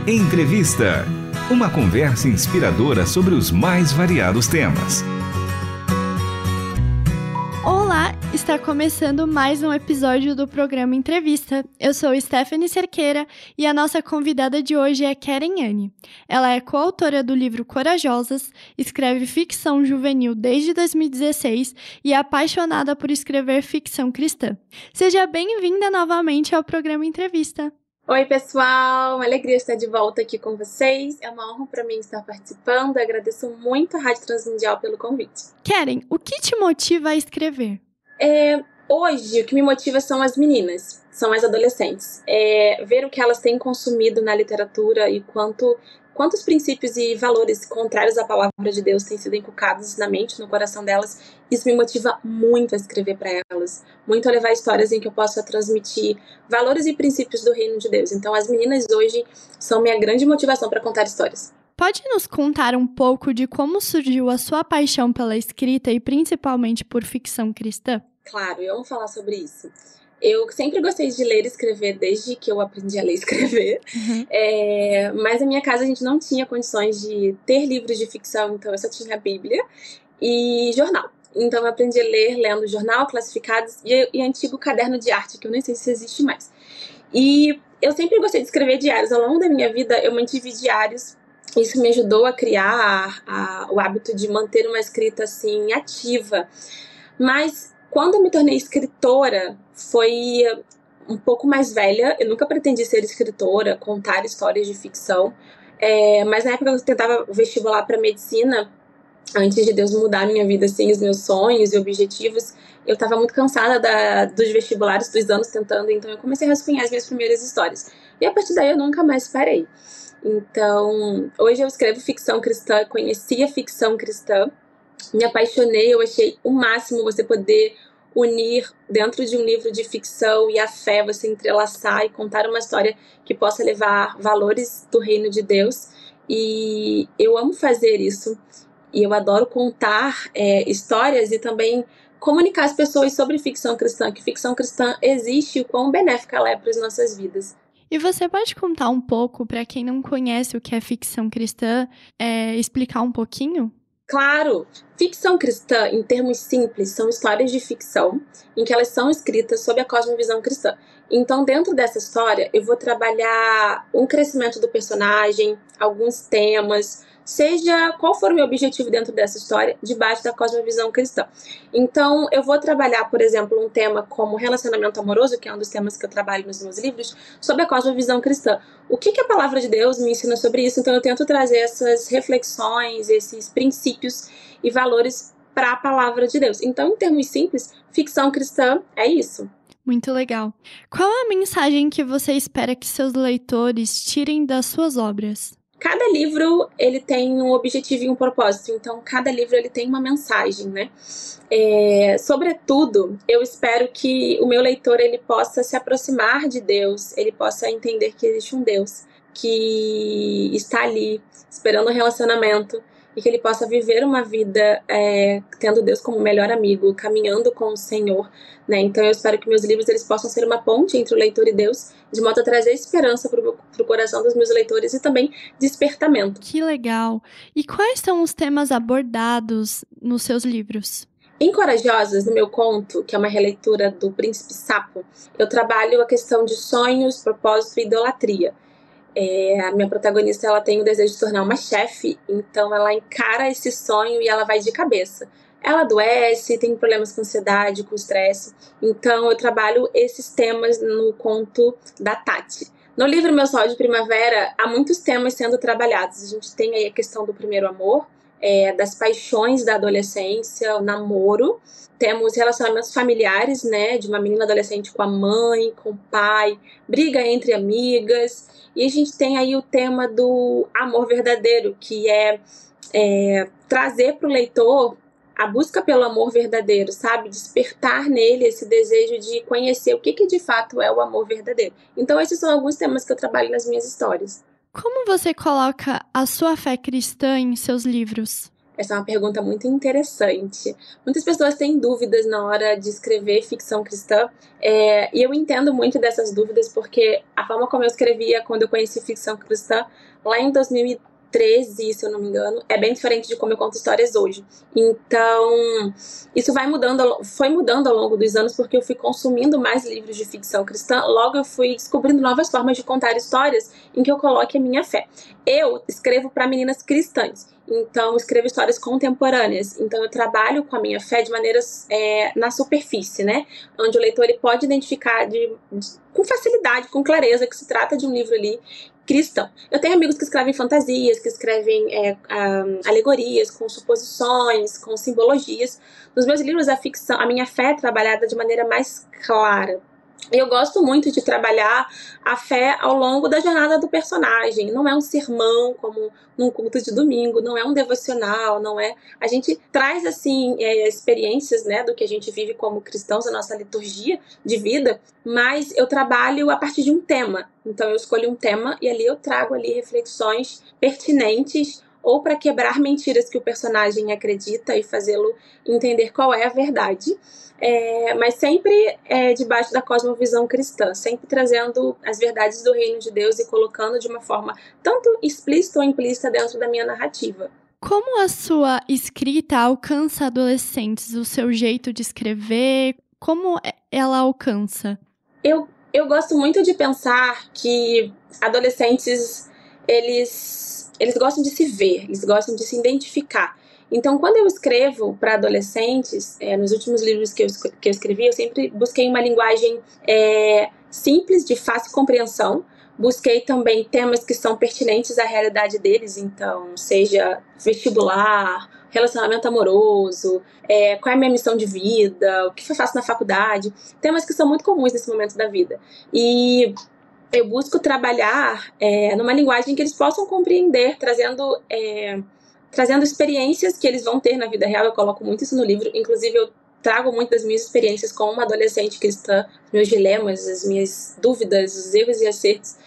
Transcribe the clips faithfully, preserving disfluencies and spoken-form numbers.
Entrevista. Uma conversa inspiradora sobre os mais variados temas. Olá, está começando mais um episódio do programa Entrevista. Eu sou Stephanie Cerqueira e a nossa convidada de hoje é Keren Anne. Ela é coautora do livro Corajosas, escreve ficção juvenil desde dois mil e dezesseis e é apaixonada por escrever ficção cristã. Seja bem-vinda novamente ao programa Entrevista. Oi, pessoal! Uma alegria estar de volta aqui com vocês. É uma honra para mim estar participando. Agradeço muito a Rádio Transmundial pelo convite. Keren, o que te motiva a escrever? É, hoje, o que me motiva são as meninas, são as adolescentes. É, ver o que elas têm consumido na literatura e quanto, quantos princípios e valores contrários à palavra de Deus têm sido inculcados na mente, no coração delas. Isso me motiva muito a escrever para elas, muito a levar histórias em que eu possa transmitir valores e princípios do reino de Deus. Então, as meninas hoje são minha grande motivação para contar histórias. Pode nos contar um pouco de como surgiu a sua paixão pela escrita e principalmente por ficção cristã? Claro, eu amo falar sobre isso. Eu sempre gostei de ler e escrever desde que eu aprendi a ler e escrever, uhum. é, mas na minha casa a gente não tinha condições de ter livros de ficção, então eu só tinha a Bíblia e jornal. Então eu aprendi a ler lendo jornal, classificados e, e antigo caderno de arte, que eu nem sei se existe mais. E eu sempre gostei de escrever diários. Ao longo da minha vida eu mantive diários. Isso me ajudou a criar a, a, o hábito de manter uma escrita assim ativa. Mas quando eu me tornei escritora, foi um pouco mais velha. Eu nunca pretendi ser escritora, contar histórias de ficção. É, mas na época eu tentava vestibular para medicina. Antes de Deus mudar a minha vida, assim, os meus sonhos e objetivos, eu estava muito cansada da, dos vestibulares, dos anos tentando, então eu comecei a rascunhar as minhas primeiras histórias. E a partir daí eu nunca mais parei. Então, hoje eu escrevo ficção cristã, conheci a ficção cristã, me apaixonei, eu achei o máximo você poder unir dentro de um livro de ficção e a fé, você entrelaçar e contar uma história que possa levar valores do reino de Deus. E eu amo fazer isso. E eu adoro contar é, histórias e também comunicar às pessoas sobre ficção cristã, que ficção cristã existe e o quão benéfica ela é para as nossas vidas. E você pode contar um pouco, para quem não conhece o que é ficção cristã, é, explicar um pouquinho? Claro! Ficção cristã, em termos simples, são histórias de ficção em que elas são escritas sob a cosmovisão cristã. Então, dentro dessa história, eu vou trabalhar um crescimento do personagem, alguns temas, seja qual for o meu objetivo dentro dessa história, debaixo da cosmovisão cristã. Então, eu vou trabalhar, por exemplo, um tema como relacionamento amoroso, que é um dos temas que eu trabalho nos meus livros, sob a cosmovisão cristã. O que, que a palavra de Deus me ensina sobre isso? Então, eu tento trazer essas reflexões, esses princípios e valores para a palavra de Deus. Então, em termos simples, ficção cristã é isso. Muito legal. Qual é a mensagem que você espera que seus leitores tirem das suas obras? Cada livro, ele tem um objetivo e um propósito, então cada livro ele tem uma mensagem, né? É, sobretudo, eu espero que o meu leitor ele possa se aproximar de Deus, ele possa entender que existe um Deus que está ali, esperando um relacionamento, e que ele possa viver uma vida é, tendo Deus como melhor amigo, caminhando com o Senhor, né? Então eu espero que meus livros eles possam ser uma ponte entre o leitor e Deus, de modo a trazer esperança para o coração dos meus leitores e também despertamento. Que legal! E quais são os temas abordados nos seus livros? Em Corajosas, no meu conto, que é uma releitura do Príncipe Sapo, eu trabalho a questão de sonhos, propósito e idolatria. É, a minha protagonista ela tem o desejo de se tornar uma chefe, então ela encara esse sonho e ela vai de cabeça. Ela adoece, tem problemas com ansiedade, com estresse, então eu trabalho esses temas no conto da Tati. No livro Meu Sol de Primavera, há muitos temas sendo trabalhados. A gente tem aí a questão do primeiro amor, é, das paixões da adolescência, o namoro. Temos relacionamentos familiares, né, de uma menina adolescente com a mãe, com o pai, briga entre amigas. E a gente tem aí o tema do amor verdadeiro, que é, é trazer para o leitor a busca pelo amor verdadeiro, sabe? Despertar nele esse desejo de conhecer o que, que de fato é o amor verdadeiro. Então esses são alguns temas que eu trabalho nas minhas histórias. Como você coloca a sua fé cristã em seus livros? Essa é uma pergunta muito interessante. Muitas pessoas têm dúvidas na hora de escrever ficção cristã, é, e eu entendo muito dessas dúvidas, porque a forma como eu escrevia quando eu conheci ficção cristã, lá em dois mil e treze, se eu não me engano, é bem diferente de como eu conto histórias hoje. Então, isso vai mudando, foi mudando ao longo dos anos, porque eu fui consumindo mais livros de ficção cristã, logo eu fui descobrindo novas formas de contar histórias em que eu coloque a minha fé. Eu escrevo para meninas cristãs, então escrevo histórias contemporâneas, então eu trabalho com a minha fé de maneiras é, na superfície, né? Onde o leitor ele pode identificar de, de, com facilidade, com clareza, que se trata de um livro ali cristão. Eu tenho amigos que escrevem fantasias, que escrevem é, um, alegorias, com suposições, com simbologias. Nos meus livros, a ficção, a minha fé é trabalhada de maneira mais clara. Eu gosto muito de trabalhar a fé ao longo da jornada do personagem. Não é um sermão, como num culto de domingo, não é um devocional, não é... A gente traz, assim, é, experiências, né, do que a gente vive como cristãos, a nossa liturgia de vida, mas eu trabalho a partir de um tema. Então, eu escolho um tema e ali eu trago ali reflexões pertinentes ou para quebrar mentiras que o personagem acredita e fazê-lo entender qual é a verdade. É, mas sempre é, debaixo da cosmovisão cristã, sempre trazendo as verdades do reino de Deus e colocando de uma forma tanto explícita ou implícita dentro da minha narrativa. Como a sua escrita alcança adolescentes? O seu jeito de escrever, como ela alcança? Eu, eu gosto muito de pensar que adolescentes, eles, eles gostam de se ver, eles gostam de se identificar. Então, quando eu escrevo para adolescentes, é, nos últimos livros que eu, que eu escrevi, eu sempre busquei uma linguagem é, simples, de fácil compreensão. Busquei também temas que são pertinentes à realidade deles, então, seja vestibular, relacionamento amoroso, é, qual é a minha missão de vida, o que eu faço na faculdade, temas que são muito comuns nesse momento da vida. E eu busco trabalhar é, numa linguagem que eles possam compreender, trazendo... É, trazendo experiências que eles vão ter na vida real. Eu coloco muito isso no livro, inclusive eu trago muito das minhas experiências como uma adolescente cristã, meus dilemas, as minhas dúvidas, os erros e acertos,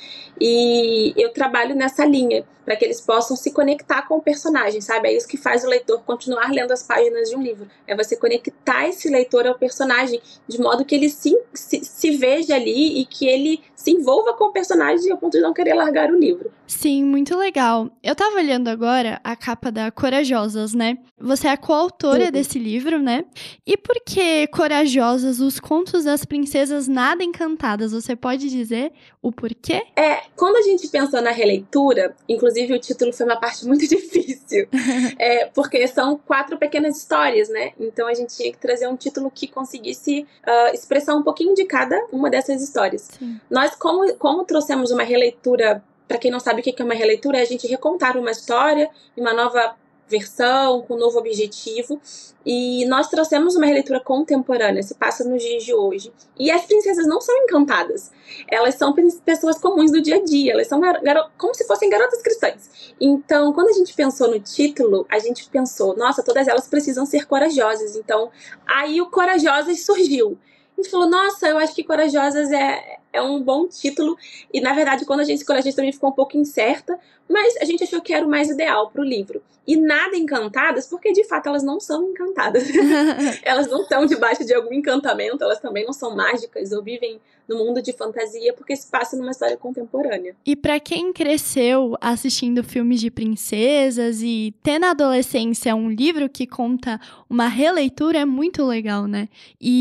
e eu trabalho nessa linha, para que eles possam se conectar com o personagem, sabe? É isso que faz o leitor continuar lendo as páginas de um livro, é você conectar esse leitor ao personagem, de modo que ele se, se, se veja ali e que ele se envolva com o personagem ao ponto de não querer largar o livro. Sim, muito legal. Eu tava olhando agora a capa da Corajosas, né? Você é a coautora uhum. desse livro, né? E por que Corajosas, os contos das princesas nada encantadas? Você pode dizer o porquê? É, quando a gente pensou na releitura, inclusive o título foi uma parte muito difícil, é, porque são quatro pequenas histórias, né? Então a gente tinha que trazer um título que conseguisse uh, expressar um pouquinho de cada uma dessas histórias. Sim. Nós, como, como trouxemos uma releitura, para quem não sabe o que é uma releitura, é a gente recontar uma história em uma nova versão, com um novo objetivo, e nós trouxemos uma releitura contemporânea, se passa nos dias de hoje. E as princesas não são encantadas, elas são pessoas comuns do dia a dia, elas são como se fossem garotas cristãs. Então, quando a gente pensou no título, a gente pensou, nossa, todas elas precisam ser corajosas, então aí o Corajosas surgiu. A gente falou, nossa, eu acho que Corajosas é, é um bom título, e na verdade quando a gente escolheu a gente também ficou um pouco incerta, mas a gente achou que era o mais ideal para o livro. E nada encantadas, porque de fato elas não são encantadas. Elas não estão debaixo de algum encantamento, elas também não são mágicas ou vivem no mundo de fantasia, porque se passa numa história contemporânea. E para quem cresceu assistindo filmes de princesas e ter na adolescência um livro que conta uma releitura, é muito legal, né?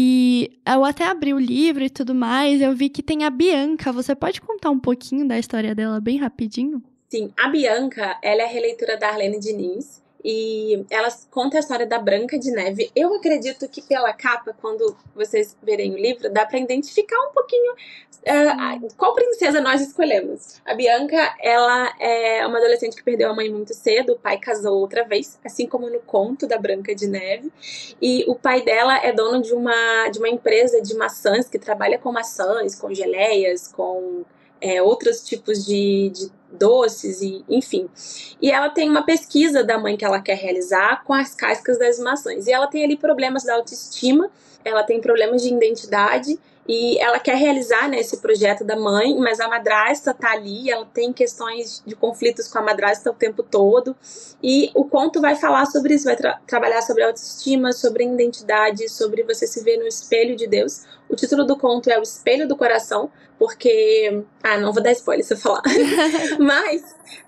E eu até abri o livro e tudo mais, eu vi que tem a Bianca. Você pode contar um pouquinho da história dela bem rapidinho? Sim, a Bianca, ela é a releitura da Arlene Diniz, e ela conta a história da Branca de Neve. Eu acredito que pela capa, quando vocês verem o livro, dá para identificar um pouquinho uh, qual princesa nós escolhemos. A Bianca, ela é uma adolescente que perdeu a mãe muito cedo, o pai casou outra vez, assim como no conto da Branca de Neve, e o pai dela é dono de uma, de uma empresa de maçãs, que trabalha com maçãs, com geleias, com é, outros tipos de, de doces, e enfim. E ela tem uma pesquisa da mãe que ela quer realizar com as cascas das maçãs. E ela tem ali problemas da autoestima, ela tem problemas de identidade, e ela quer realizar, né, esse projeto da mãe, mas a madrasta tá ali, ela tem questões de conflitos com a madrasta o tempo todo, e o conto vai falar sobre isso, vai tra- trabalhar sobre autoestima, sobre identidade, sobre você se ver no espelho de Deus. O título do conto é O Espelho do Coração, porque... Ah, não vou dar spoiler se eu falar. Mas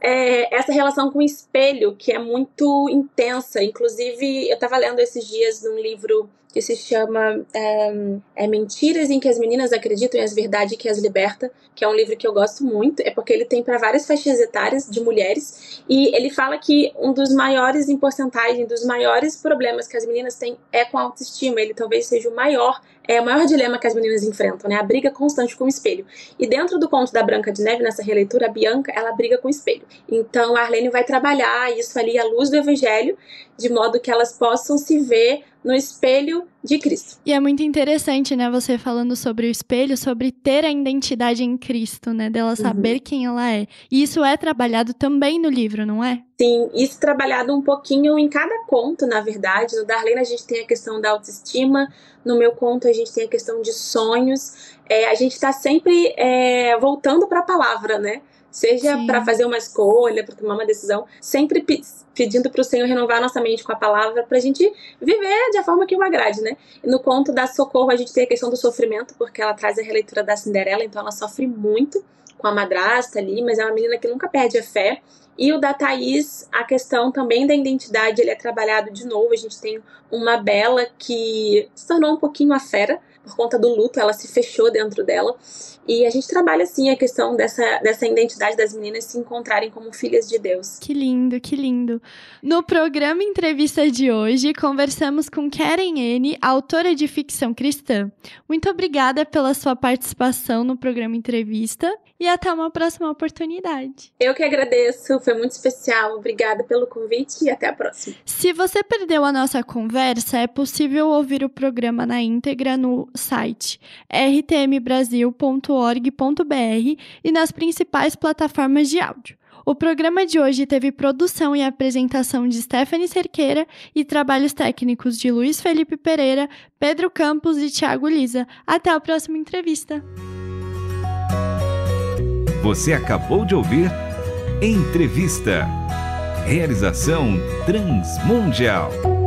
é, essa relação com o espelho, que é muito intensa. Inclusive, eu estava lendo esses dias num livro que se chama é, é Mentiras em que as Meninas Acreditam e as Verdades que as Liberta, que é um livro que eu gosto muito, é porque ele tem para várias faixas etárias de mulheres, e ele fala que um dos maiores, em porcentagem, dos maiores problemas que as meninas têm é com a autoestima. Ele talvez seja o maior, é o maior dilema que as meninas enfrentam, né? A briga constante com o espelho. E dentro do conto da Branca de Neve, nessa releitura, a Bianca, ela briga com o espelho. Então a Arlene vai trabalhar isso ali à luz do Evangelho, de modo que elas possam se ver no espelho de Cristo. E é muito interessante, né, você falando sobre o espelho, sobre ter a identidade em Cristo, né, dela saber uhum. quem ela é. E isso é trabalhado também no livro, não é? Sim, isso trabalhado um pouquinho em cada conto, na verdade. No da Arlene a gente tem a questão da autoestima, no meu conto a gente tem a questão de sonhos. É, a gente está sempre é, voltando para a palavra, né? Seja para fazer uma escolha, para tomar uma decisão, sempre pe- pedindo para o Senhor renovar a nossa mente com a palavra, para a gente viver de forma que o agrade, né? E no conto da Socorro a gente tem a questão do sofrimento, porque ela traz a releitura da Cinderela, então ela sofre muito com a madrasta ali, mas é uma menina que nunca perde a fé. E o da Thaís, a questão também da identidade, ele é trabalhado de novo. A gente tem uma Bela que se tornou um pouquinho a fera, por conta do luto, ela se fechou dentro dela. E a gente trabalha, assim, a questão dessa, dessa identidade das meninas se encontrarem como filhas de Deus. Que lindo, que lindo. No programa Entrevista de hoje, conversamos com Keren N., autora de ficção cristã. Muito obrigada pela sua participação no programa Entrevista e até uma próxima oportunidade. Eu que agradeço, foi muito especial. Obrigada pelo convite e até a próxima. Se você perdeu a nossa conversa, é possível ouvir o programa na íntegra no site r t m brasil ponto org ponto b r e nas principais plataformas de áudio. O programa de hoje teve produção e apresentação de Stephanie Cerqueira e trabalhos técnicos de Luiz Felipe Pereira, Pedro Campos e Thiago Lisa. Até a próxima entrevista. Você acabou de ouvir Entrevista. Realização Transmundial.